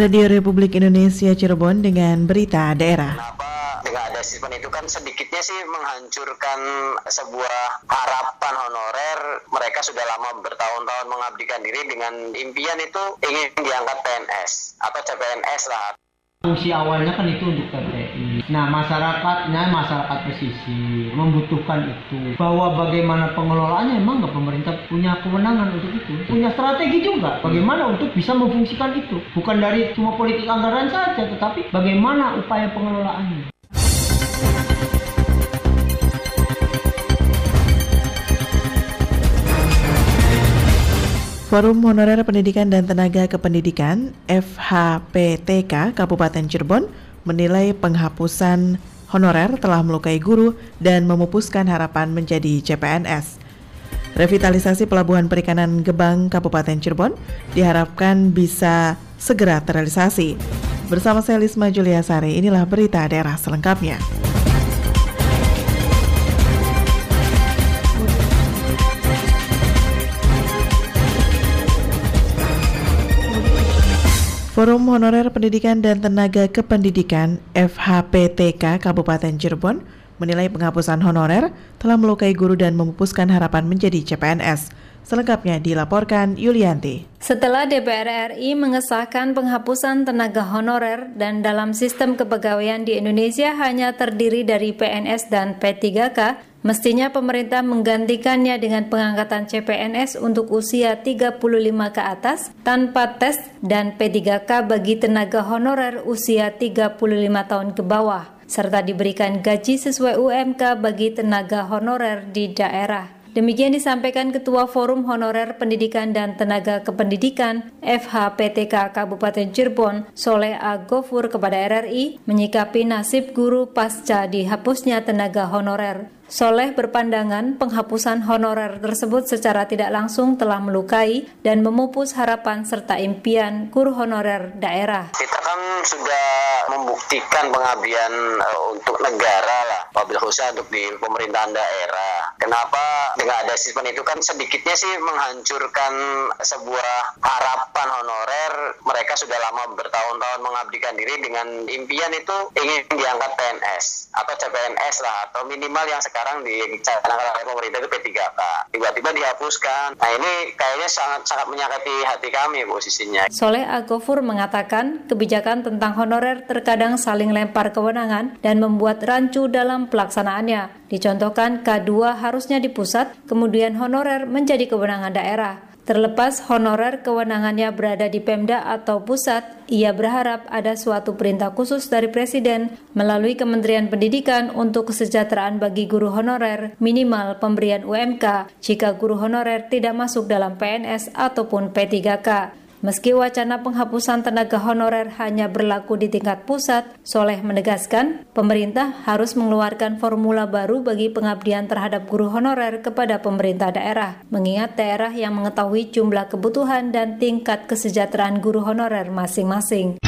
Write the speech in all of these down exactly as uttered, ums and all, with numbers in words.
Radio Republik Indonesia Cirebon dengan berita daerah. Kenapa dengan ada sistem itu kan sedikitnya sih menghancurkan sebuah harapan honorer. Mereka sudah lama bertahun-tahun mengabdikan diri dengan impian itu ingin diangkat P N S atau C P N S lah. Fungsi awalnya kan itu untuk P T I. Nah, masyarakatnya, masyarakat pesisir membutuhkan itu. Bahwa bagaimana pengelolaannya, emang nggak pemerintah punya kewenangan untuk itu. Punya strategi juga bagaimana untuk bisa memfungsikan itu. Bukan dari cuma politik anggaran saja, tetapi bagaimana upaya pengelolaannya. Forum Honorer Pendidikan dan Tenaga Kependidikan F H P T K Kabupaten Cirebon menilai penghapusan honorer telah melukai guru dan memupuskan harapan menjadi C P N S. Revitalisasi Pelabuhan Perikanan Gebang Kabupaten Cirebon diharapkan bisa segera terrealisasi. Bersama saya Lisma Juliasari, inilah berita daerah selengkapnya. Forum Honorer Pendidikan dan Tenaga Kependidikan F H P T K Kabupaten Cirebon menilai penghapusan honorer telah melukai guru dan memupuskan harapan menjadi C P N S. Selengkapnya dilaporkan Yulianti. Setelah D P R R I mengesahkan penghapusan tenaga honorer dan dalam sistem kepegawaian di Indonesia hanya terdiri dari P N S dan P tiga K, mestinya pemerintah menggantikannya dengan pengangkatan C P N S untuk usia tiga puluh lima ke atas tanpa tes dan P tiga K bagi tenaga honorer usia tiga puluh lima tahun ke bawah, serta diberikan gaji sesuai U M K bagi tenaga honorer di daerah. Demikian disampaikan Ketua Forum Honorer Pendidikan dan Tenaga Kependidikan F H P T K Kabupaten Cirebon, Soleh A. Gofur kepada R R I menyikapi nasib guru pasca dihapusnya tenaga honorer. Soleh berpandangan penghapusan honorer tersebut secara tidak langsung telah melukai dan memupus harapan serta impian guru honorer daerah. Kita kan sudah membuktikan pengabdian uh, untuk negara lah, wabil khusus untuk di pemerintahan daerah. Kenapa dengan ada sistem itu kan sedikitnya sih menghancurkan sebuah harapan honorer. Mereka sudah lama bertahun-tahun mengabdikan diri dengan impian itu ingin diangkat P N S atau C P N S lah, atau minimal yang sekarang sekarang dicanangkan oleh pemerintah itu P tiga K. Tiba-tiba dihapuskan. Nah ini kayaknya sangat-sangat menyakiti hati kami posisinya. Soleh Agofur mengatakan kebijakan tentang honorer terkadang saling lempar kewenangan dan membuat rancu dalam pelaksanaannya. Dicontohkan K dua harusnya di pusat, kemudian honorer menjadi kewenangan daerah. Terlepas honorer kewenangannya berada di Pemda atau pusat, ia berharap ada suatu perintah khusus dari Presiden melalui Kementerian Pendidikan untuk kesejahteraan bagi guru honorer, minimal pemberian U M K jika guru honorer tidak masuk dalam P N S ataupun P tiga K. Meski wacana penghapusan tenaga honorer hanya berlaku di tingkat pusat, Soleh menegaskan pemerintah harus mengeluarkan formula baru bagi pengabdian terhadap guru honorer kepada pemerintah daerah, mengingat daerah yang mengetahui jumlah kebutuhan dan tingkat kesejahteraan guru honorer masing-masing.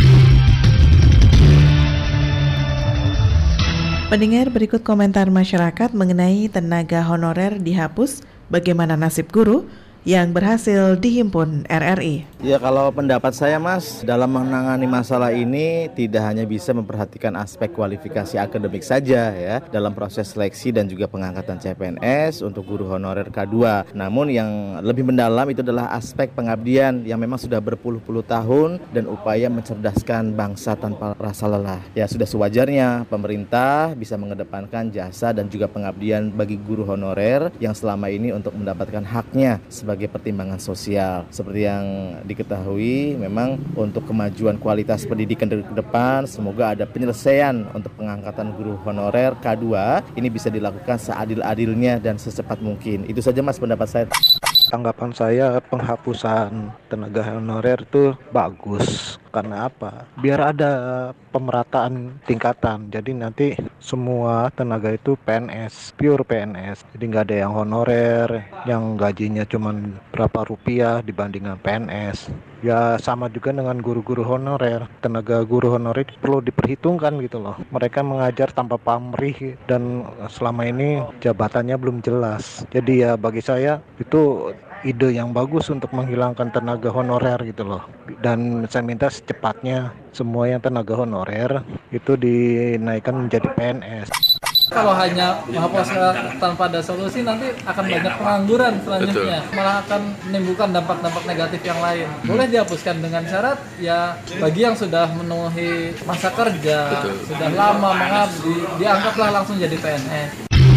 Pendengar, berikut komentar masyarakat mengenai tenaga honorer dihapus, bagaimana nasib guru yang berhasil dihimpun R R I. Ya, kalau pendapat saya Mas, dalam menangani masalah ini tidak hanya bisa memperhatikan aspek kualifikasi akademik saja ya dalam proses seleksi dan juga pengangkatan C P N S untuk guru honorer K dua. Namun yang lebih mendalam itu adalah aspek pengabdian yang memang sudah berpuluh-puluh tahun dan upaya mencerdaskan bangsa tanpa rasa lelah. Ya, sudah sewajarnya pemerintah bisa mengedepankan jasa dan juga pengabdian bagi guru honorer yang selama ini untuk mendapatkan haknya sebagai sebagai pertimbangan sosial. Seperti yang diketahui, memang untuk kemajuan kualitas pendidikan ke depan, semoga ada penyelesaian untuk pengangkatan guru honorer K dua. Ini bisa dilakukan seadil-adilnya dan secepat mungkin. Itu saja Mas pendapat saya. Tanggapan saya penghapusan tenaga honorer itu bagus. Karena apa? Biar ada pemerataan tingkatan. Jadi nanti semua tenaga itu P N S, pure P N S. Jadi nggak ada yang honorer, yang gajinya cuma berapa rupiah dibandingkan P N S. Ya sama juga dengan guru-guru honorer. Tenaga guru honorer perlu diperhitungkan gitu loh. Mereka mengajar tanpa pamrih dan selama ini jabatannya belum jelas. Jadi ya bagi saya itu ide yang bagus untuk menghilangkan tenaga honorer gitu loh. Dan saya minta secepatnya semua yang tenaga honorer itu dinaikkan menjadi P N S. Kalau hanya menghapus tanpa ada solusi, nanti akan banyak pengangguran selanjutnya. Betul. Malah akan menimbulkan dampak-dampak negatif yang lain. Boleh dihapuskan dengan syarat ya bagi yang sudah memenuhi masa kerja, betul, sudah lama mengabdi, diangkatlah langsung jadi P N S.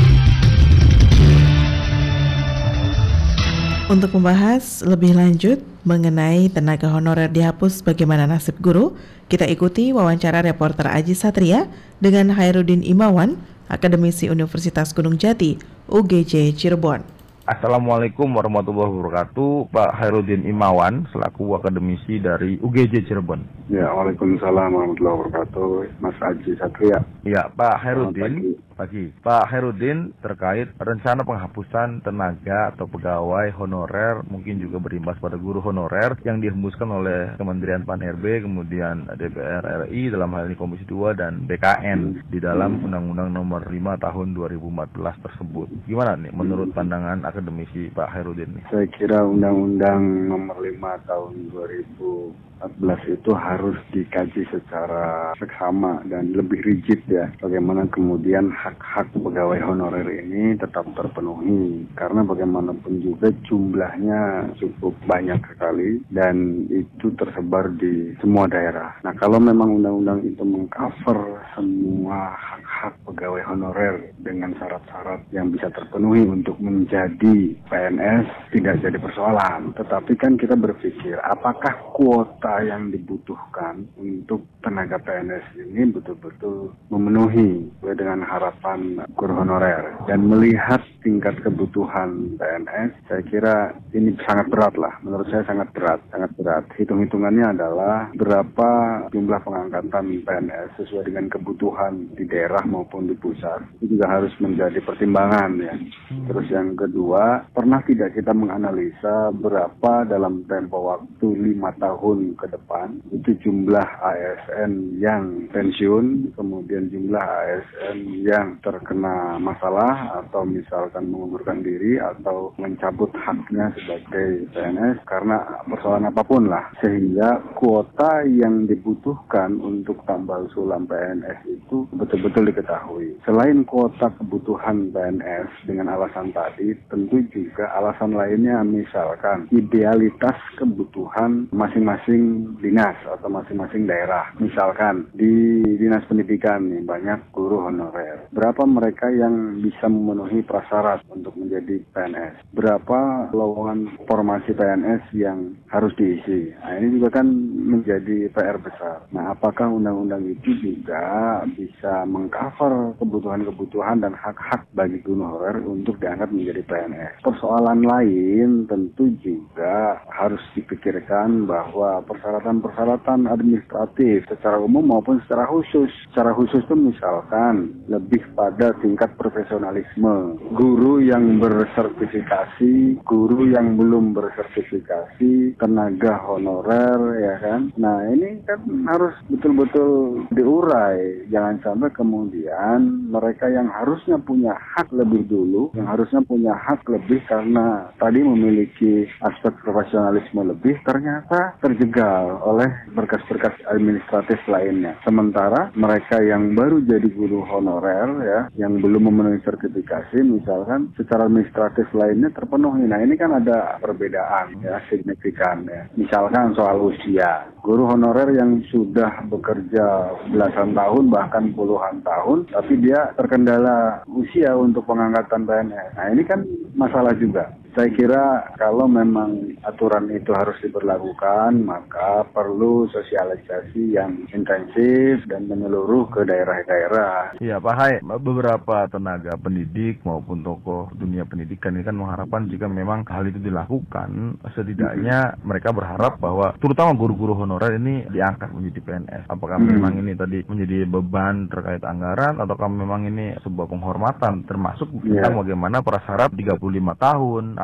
Untuk membahas lebih lanjut mengenai tenaga honorer dihapus bagaimana nasib guru, kita ikuti wawancara reporter Aji Satria dengan Hairudin Imawan, akademisi Universitas Gunung Jati, U G J Cirebon. Assalamualaikum warahmatullahi wabarakatuh, Pak Hairudin Imawan selaku akademisi dari U G J Cirebon. Ya, waalaikumsalam warahmatullahi wabarakatuh, Mas Aji Satria. Ya, Pak Hairudin. Pagi. Pak Hairudin, terkait rencana penghapusan tenaga atau pegawai honorer, mungkin juga berimbas pada guru honorer yang dihembuskan oleh Kementerian Pan R B, kemudian D P R R I dalam hal ini Komisi dua dan B K N di dalam Undang-Undang Nomor lima Tahun dua ribu empat belas tersebut. Gimana nih menurut pandangan akademisi Pak Hairudin? Saya kira Undang-Undang Nomor lima Tahun dua ribu empat belas itu harus dikaji secara seksama dan lebih rigid ya. Bagaimana kemudian hak-hak pegawai honorer ini tetap terpenuhi. Karena bagaimanapun juga jumlahnya cukup banyak sekali dan itu tersebar di semua daerah. Nah, kalau memang undang-undang itu mengcover semua hak-hak pegawai honorer dengan syarat-syarat yang bisa terpenuhi untuk menjadi P N S, tidak jadi persoalan. Tetapi kan kita berpikir, apakah kuota yang dibutuhkan untuk tenaga P N S ini betul-betul memenuhi sesuai dengan harapan guru honorer. Dan melihat tingkat kebutuhan P N S, saya kira ini sangat berat lah. Menurut saya sangat berat, sangat berat. Hitung-hitungannya adalah berapa jumlah pengangkatan P N S sesuai dengan kebutuhan di daerah maupun di pusat. Itu juga harus menjadi pertimbangan ya. Terus yang kedua, pernah tidak kita menganalisa berapa dalam tempo waktu lima tahun ke depan itu jumlah A S N yang pensiun, kemudian jumlah A S N yang terkena masalah atau misalkan mengundurkan diri atau mencabut haknya sebagai P N S karena persoalan apapun lah, sehingga kuota yang dibutuhkan untuk tambal sulam P N S itu betul-betul diketahui. Selain kuota kebutuhan P N S dengan alasan tadi, tentu juga alasan lainnya misalkan idealitas kebutuhan masing-masing dinas atau masing-masing daerah. Misalkan di dinas pendidikan nih banyak guru honorer. Berapa mereka yang bisa memenuhi prasyarat untuk menjadi P N S? Berapa lowongan formasi P N S yang harus diisi? Nah, ini juga kan menjadi P R besar. Nah, apakah undang-undang itu juga bisa mengcover kebutuhan-kebutuhan dan hak-hak bagi guru honorer untuk diangkat menjadi P N S? Persoalan lain tentu juga harus dipikirkan bahwa persyaratan-persyaratan administratif secara umum maupun secara khusus. Secara khusus itu misalkan lebih pada tingkat profesionalisme. Guru yang bersertifikasi, guru yang belum bersertifikasi, tenaga honorer ya kan. Nah, ini kan harus betul-betul diurai. Jangan sampai kemudian mereka yang harusnya punya hak lebih dulu, yang harusnya punya hak lebih karena tadi memiliki aspek profesionalisme lebih, ternyata terjegal oleh berkas-berkas administratif lainnya. Sementara mereka yang baru jadi guru honorer ya, yang belum memenuhi sertifikasi misalkan secara administratif lainnya terpenuhi. Nah, ini kan ada perbedaan ya, signifikan ya. Misalkan soal usia. Guru honorer yang sudah bekerja belasan tahun bahkan puluhan tahun, tapi dia terkendala usia untuk pengangkatan P N S. Nah, ini kan masalah juga. Saya kira kalau memang aturan itu harus diberlakukan, maka perlu sosialisasi yang intensif dan menyeluruh ke daerah-daerah. Iya, Pak Hai, beberapa tenaga pendidik maupun tokoh dunia pendidikan ini kan mengharapkan jika memang hal itu dilakukan, setidaknya hmm. mereka berharap bahwa terutama guru-guru honorer ini diangkat menjadi P N S. Apakah hmm. memang ini tadi menjadi beban terkait anggaran, ataukah memang ini sebuah penghormatan, termasuk tentang yeah. bagaimana prasyarat tiga puluh lima tahun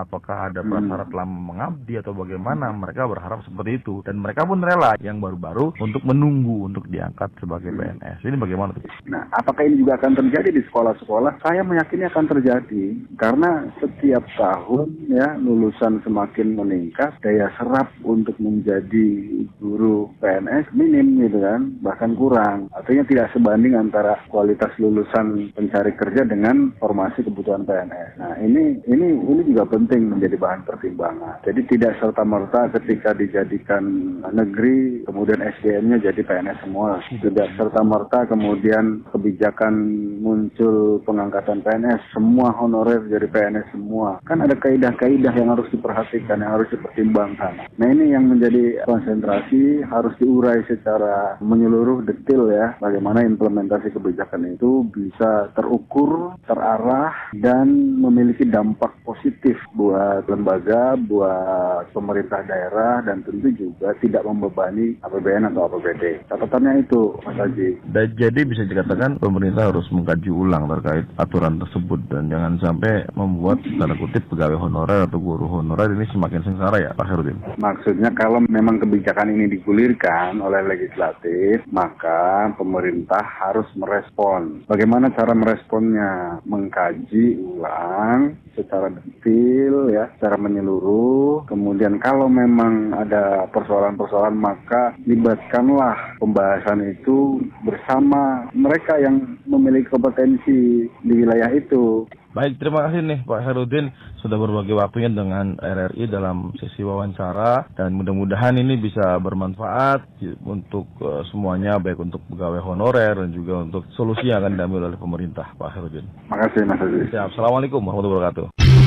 apakah ada prasyarat lama mengabdi atau bagaimana, mereka berharap seperti itu. Dan mereka pun rela yang baru-baru untuk menunggu untuk diangkat sebagai P N S. Ini bagaimana tuh? Nah, apakah ini juga akan terjadi di sekolah-sekolah? Saya meyakini akan terjadi karena setiap tahun ya lulusan semakin meningkat, daya serap untuk menjadi guru P N S minim gitu kan, bahkan kurang. Artinya tidak sebanding antara kualitas lulusan pencari kerja dengan formasi kebutuhan P N S. Nah, ini ini ini juga penting menjadi bahan pertimbangan. Jadi tidak serta-merta ketika dijadikan negeri kemudian S D M-nya jadi P N S semua. Tidak serta-merta kemudian kebijakan muncul pengangkatan P N S semua honorer jadi P N S semua. Kan ada kaidah-kaidah yang harus diperhatikan, yang harus dipertimbangkan. Nah, ini yang menjadi konsentrasi, harus diurai secara menyeluruh detail ya, bagaimana implementasi kebijakan itu bisa terukur, terarah, dan memiliki dampak positif buat lembaga, buat pemerintah daerah, dan tentu juga tidak membebani A P B N atau A P B D. Catatannya itu, Mas Haji. Dan jadi bisa dikatakan pemerintah harus mengkaji ulang terkait aturan tersebut dan jangan sampai membuat tanda kutip pegawai honorer atau guru honorer ini semakin sengsara ya, Pak Herudin. Maksudnya kalau memang kebijakan ini digulirkan oleh legislatif, maka pemerintah harus merespon. Bagaimana cara meresponnya? Mengkaji ulang secara detail ya, secara menyeluruh. Kemudian kalau memang ada persoalan-persoalan, maka libatkanlah pembahasan itu bersama mereka yang memiliki kompetensi di wilayah itu. Baik, terima kasih nih Pak Herudin sudah berbagi waktunya dengan R R I dalam sesi wawancara dan mudah-mudahan ini bisa bermanfaat untuk uh, semuanya, baik untuk pegawai honorer dan juga untuk solusi yang akan diambil oleh pemerintah, Pak Herudin. Terima kasih Mas Haji. Siap. Assalamualaikum warahmatullahi wabarakatuh.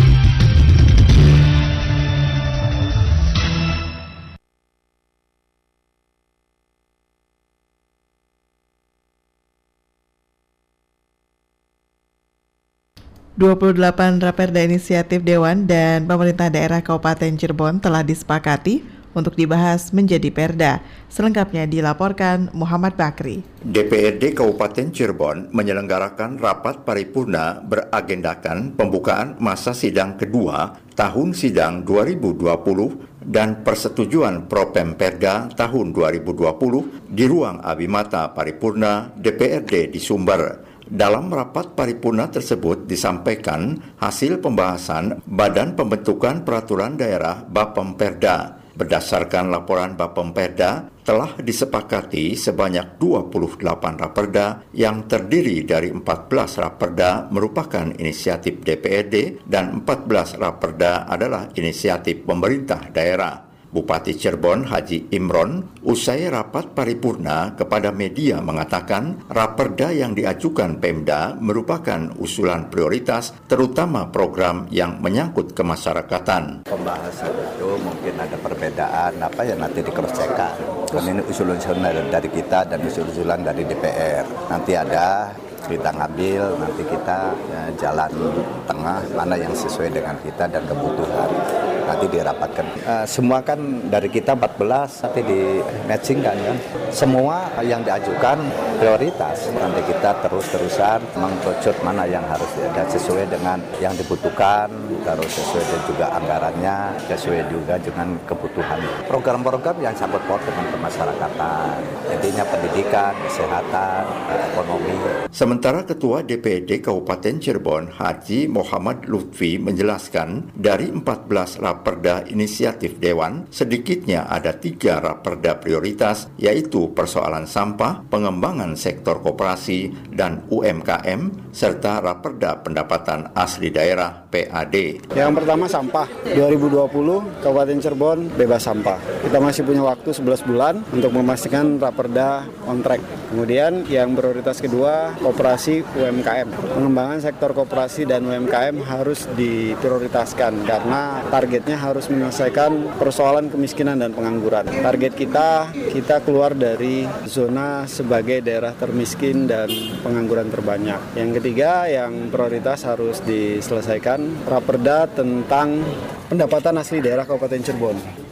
dua puluh delapan Raperda Inisiatif Dewan dan Pemerintah Daerah Kabupaten Cirebon telah disepakati untuk dibahas menjadi perda. Selengkapnya dilaporkan Muhammad Bakri. D P R D Kabupaten Cirebon menyelenggarakan rapat paripurna beragendakan pembukaan masa sidang kedua tahun sidang dua ribu dua puluh dan persetujuan Propemperda tahun dua ribu dua puluh di ruang Abimata Paripurna D P R D di Sumber. Dalam rapat paripurna tersebut disampaikan hasil pembahasan Badan Pembentukan Peraturan Daerah Bapemperda. Berdasarkan laporan Bapemperda, telah disepakati sebanyak dua puluh delapan raperda yang terdiri dari empat belas raperda merupakan inisiatif D P R D dan empat belas raperda adalah inisiatif pemerintah daerah. Bupati Cirebon Haji Imron usai rapat paripurna kepada media mengatakan raperda yang diajukan Pemda merupakan usulan prioritas terutama program yang menyangkut kemasyarakatan. Pembahasan itu mungkin ada perbedaan apa ya nanti di-cross-check-kan. Kan ini usul-usulan dari kita dan usul-usulan dari D P R. Nanti ada kita ngambil, nanti kita ya, jalan tengah mana yang sesuai dengan kita dan kebutuhan. Nanti dirapatkan. Uh, semua kan dari kita empat belas, nanti di matching kan ya. Semua yang diajukan prioritas. Nanti kita terus-terusan mengkerucut mana yang harus ada sesuai dengan yang dibutuhkan, terus sesuai dan juga anggarannya, sesuai juga dengan kebutuhan. Program-program yang sangkut paut dengan kemasyarakatan, intinya pendidikan, kesehatan, ekonomi. Sementara Ketua D P R D Kabupaten Cirebon Haji Muhammad Lutfi menjelaskan dari empat belas raperda inisiatif Dewan, sedikitnya ada tiga raperda prioritas, yaitu persoalan sampah, pengembangan sektor koperasi, dan U M K M, serta raperda pendapatan asli daerah P A D. Yang pertama sampah, dua ribu dua puluh Kabupaten Cirebon bebas sampah. Kita masih punya waktu sebelas bulan untuk memastikan raperda on track. Kemudian yang prioritas kedua, koperasi U M K M. Pengembangan sektor koperasi dan U M K M harus diprioritaskan karena targetnya harus menyelesaikan persoalan kemiskinan dan pengangguran. Target kita, kita keluar dari zona sebagai daerah termiskin dan pengangguran terbanyak. Yang ketiga, yang prioritas harus diselesaikan, raperda tentang pendapatan asli daerah Kabupaten Cirebon.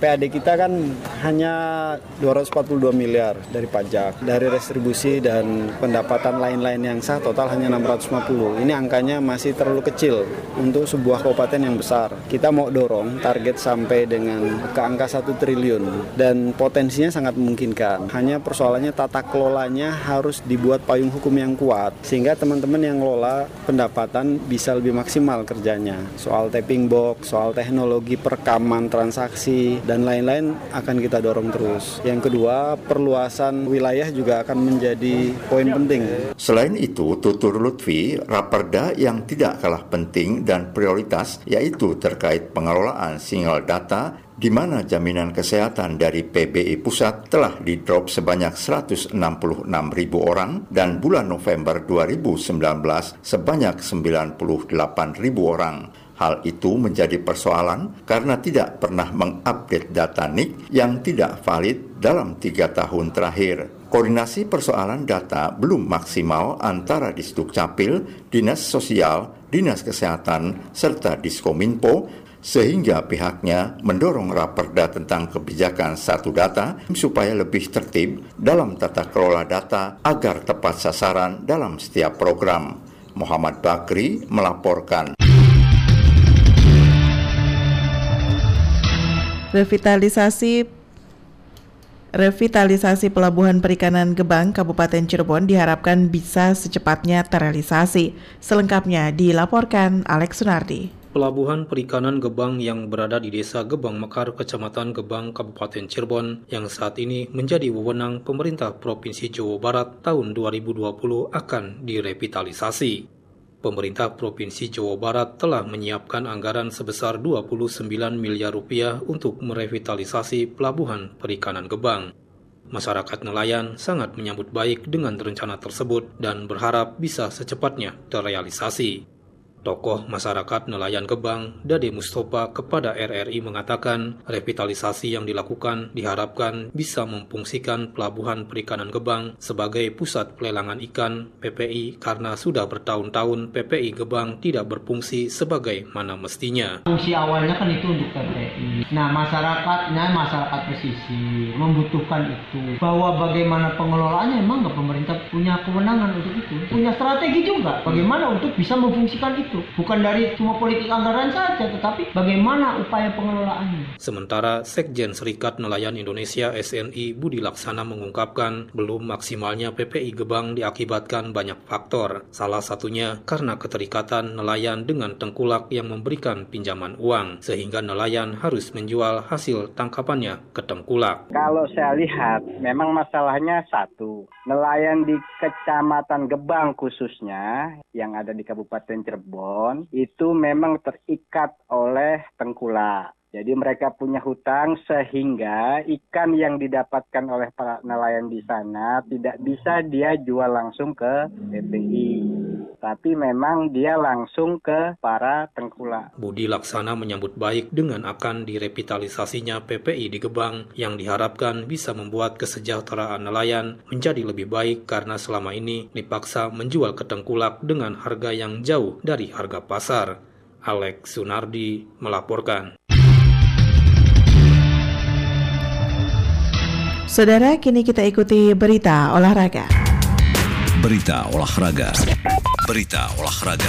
P A D kita kan hanya dua ratus empat puluh dua miliar dari pajak, dari restribusi dan pendapatan lain-lain yang sah total hanya enam ratus lima puluh. Ini angkanya masih terlalu kecil untuk sebuah kabupaten yang besar. Kita mau dorong target sampai dengan ke angka satu triliun dan potensinya sangat memungkinkan. Hanya persoalannya tata kelolanya harus dibuat payung hukum yang kuat sehingga teman-teman yang ngelola pendapatan bisa lebih maksimal kerjanya. Soal tapping box, soal teknologi perekaman transaksi dan lain-lain akan kita dorong terus. Yang kedua, perluasan wilayah juga akan menjadi poin penting. Selain itu, tutur Lutfi, Raperda yang tidak kalah penting dan prioritas yaitu terkait pengelolaan single data di mana jaminan kesehatan dari P B I Pusat telah di-drop sebanyak seratus enam puluh enam ribu orang dan bulan November dua ribu sembilan belas sebanyak sembilan puluh delapan ribu orang. Hal itu menjadi persoalan karena tidak pernah mengupdate data N I K yang tidak valid dalam tiga tahun terakhir. Koordinasi persoalan data belum maksimal antara Disdukcapil, Dinas Sosial, Dinas Kesehatan, serta Diskominfo, sehingga pihaknya mendorong Raperda tentang kebijakan satu data supaya lebih tertib dalam tata kelola data agar tepat sasaran dalam setiap program. Muhammad Bakri melaporkan. Revitalisasi Revitalisasi Pelabuhan Perikanan Gebang, Kabupaten Cirebon diharapkan bisa secepatnya terrealisasi. Selengkapnya dilaporkan Alex Sunardi. Pelabuhan Perikanan Gebang yang berada di Desa Gebang Mekar, Kecamatan Gebang, Kabupaten Cirebon, yang saat ini menjadi wewenang pemerintah Provinsi Jawa Barat tahun dua ribu dua puluh akan direvitalisasi. Pemerintah Provinsi Jawa Barat telah menyiapkan anggaran sebesar dua puluh sembilan miliar rupiah untuk merevitalisasi Pelabuhan Perikanan Gebang. Masyarakat nelayan sangat menyambut baik dengan rencana tersebut dan berharap bisa secepatnya terrealisasi. Tokoh masyarakat nelayan Gebang, Dade Mustofa, kepada R R I mengatakan revitalisasi yang dilakukan diharapkan bisa memfungsikan Pelabuhan Perikanan Gebang sebagai pusat pelelangan ikan P P I karena sudah bertahun-tahun P P I Gebang tidak berfungsi sebagai mana mestinya. Fungsi awalnya kan itu untuk P P I. Nah, masyarakatnya, masyarakat pesisir membutuhkan itu. Bahwa bagaimana pengelolaannya emang nggak pemerintah punya kewenangan untuk itu. Punya strategi juga bagaimana untuk bisa memfungsikan itu. Bukan dari cuma politik anggaran saja, tetapi bagaimana upaya pengelolaannya. Sementara Sekjen Serikat Nelayan Indonesia S N I Budi Laksana mengungkapkan belum maksimalnya P P I Gebang diakibatkan banyak faktor. Salah satunya karena keterikatan nelayan dengan tengkulak yang memberikan pinjaman uang, sehingga nelayan harus menjual hasil tangkapannya ke tengkulak. Kalau saya lihat, memang masalahnya satu, nelayan di Kecamatan Gebang khususnya, yang ada di Kabupaten Cirebon, itu memang terikat oleh tengkulak. Jadi mereka punya hutang sehingga ikan yang didapatkan oleh para nelayan di sana tidak bisa dia jual langsung ke P P I. Tapi memang dia langsung ke para tengkulak. Budi Laksana menyambut baik dengan akan direvitalisasinya P P I di Gebang yang diharapkan bisa membuat kesejahteraan nelayan menjadi lebih baik karena selama ini dipaksa menjual ke tengkulak dengan harga yang jauh dari harga pasar. Alex Sunardi melaporkan. Saudara, kini kita ikuti berita olahraga. Berita olahraga. Berita olahraga.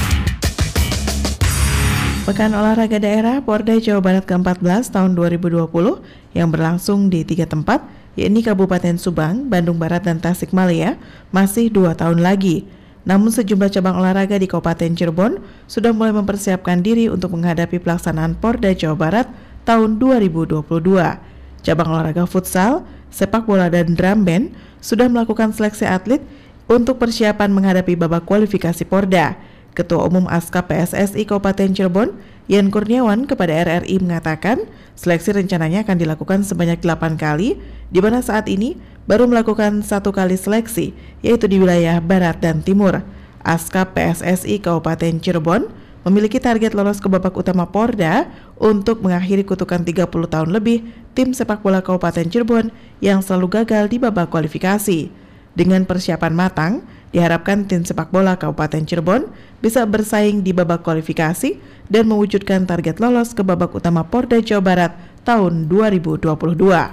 Pekan Olahraga Daerah Porda Jawa Barat ke empat belas tahun dua ribu dua puluh yang berlangsung di tiga tempat, yakni Kabupaten Subang, Bandung Barat, dan Tasikmalaya, masih dua tahun lagi. Namun sejumlah cabang olahraga di Kabupaten Cirebon sudah mulai mempersiapkan diri untuk menghadapi pelaksanaan Porda Jawa Barat tahun dua ribu dua puluh dua. Cabang olahraga futsal, sepak bola, dan drum band sudah melakukan seleksi atlet untuk persiapan menghadapi babak kualifikasi Porda. Ketua Umum Aska P S S I Kabupaten Cirebon, Yan Kurniawan, kepada R R I mengatakan seleksi rencananya akan dilakukan sebanyak delapan kali, di mana saat ini baru melakukan satu kali seleksi, yaitu di wilayah Barat dan Timur. Aska P S S I Kabupaten Cirebon memiliki target lolos ke babak utama Porda untuk mengakhiri kutukan tiga puluh tahun lebih tim sepak bola Kabupaten Cirebon yang selalu gagal di babak kualifikasi. Dengan persiapan matang, diharapkan tim sepak bola Kabupaten Cirebon bisa bersaing di babak kualifikasi dan mewujudkan target lolos ke babak utama Porda Jawa Barat tahun dua ribu dua puluh dua.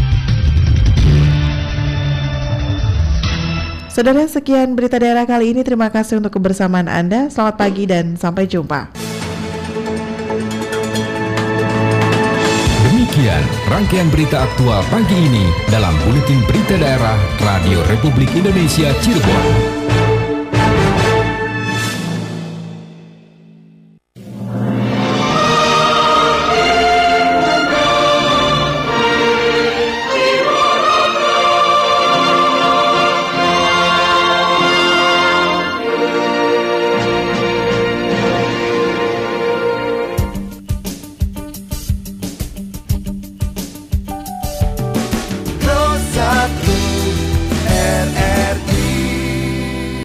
Saudara, sekian berita daerah kali ini. Terima kasih untuk kebersamaan Anda. Selamat pagi dan sampai jumpa. Demikian rangkaian berita aktual pagi ini dalam Buletin Berita Daerah Radio Republik Indonesia Cirebon.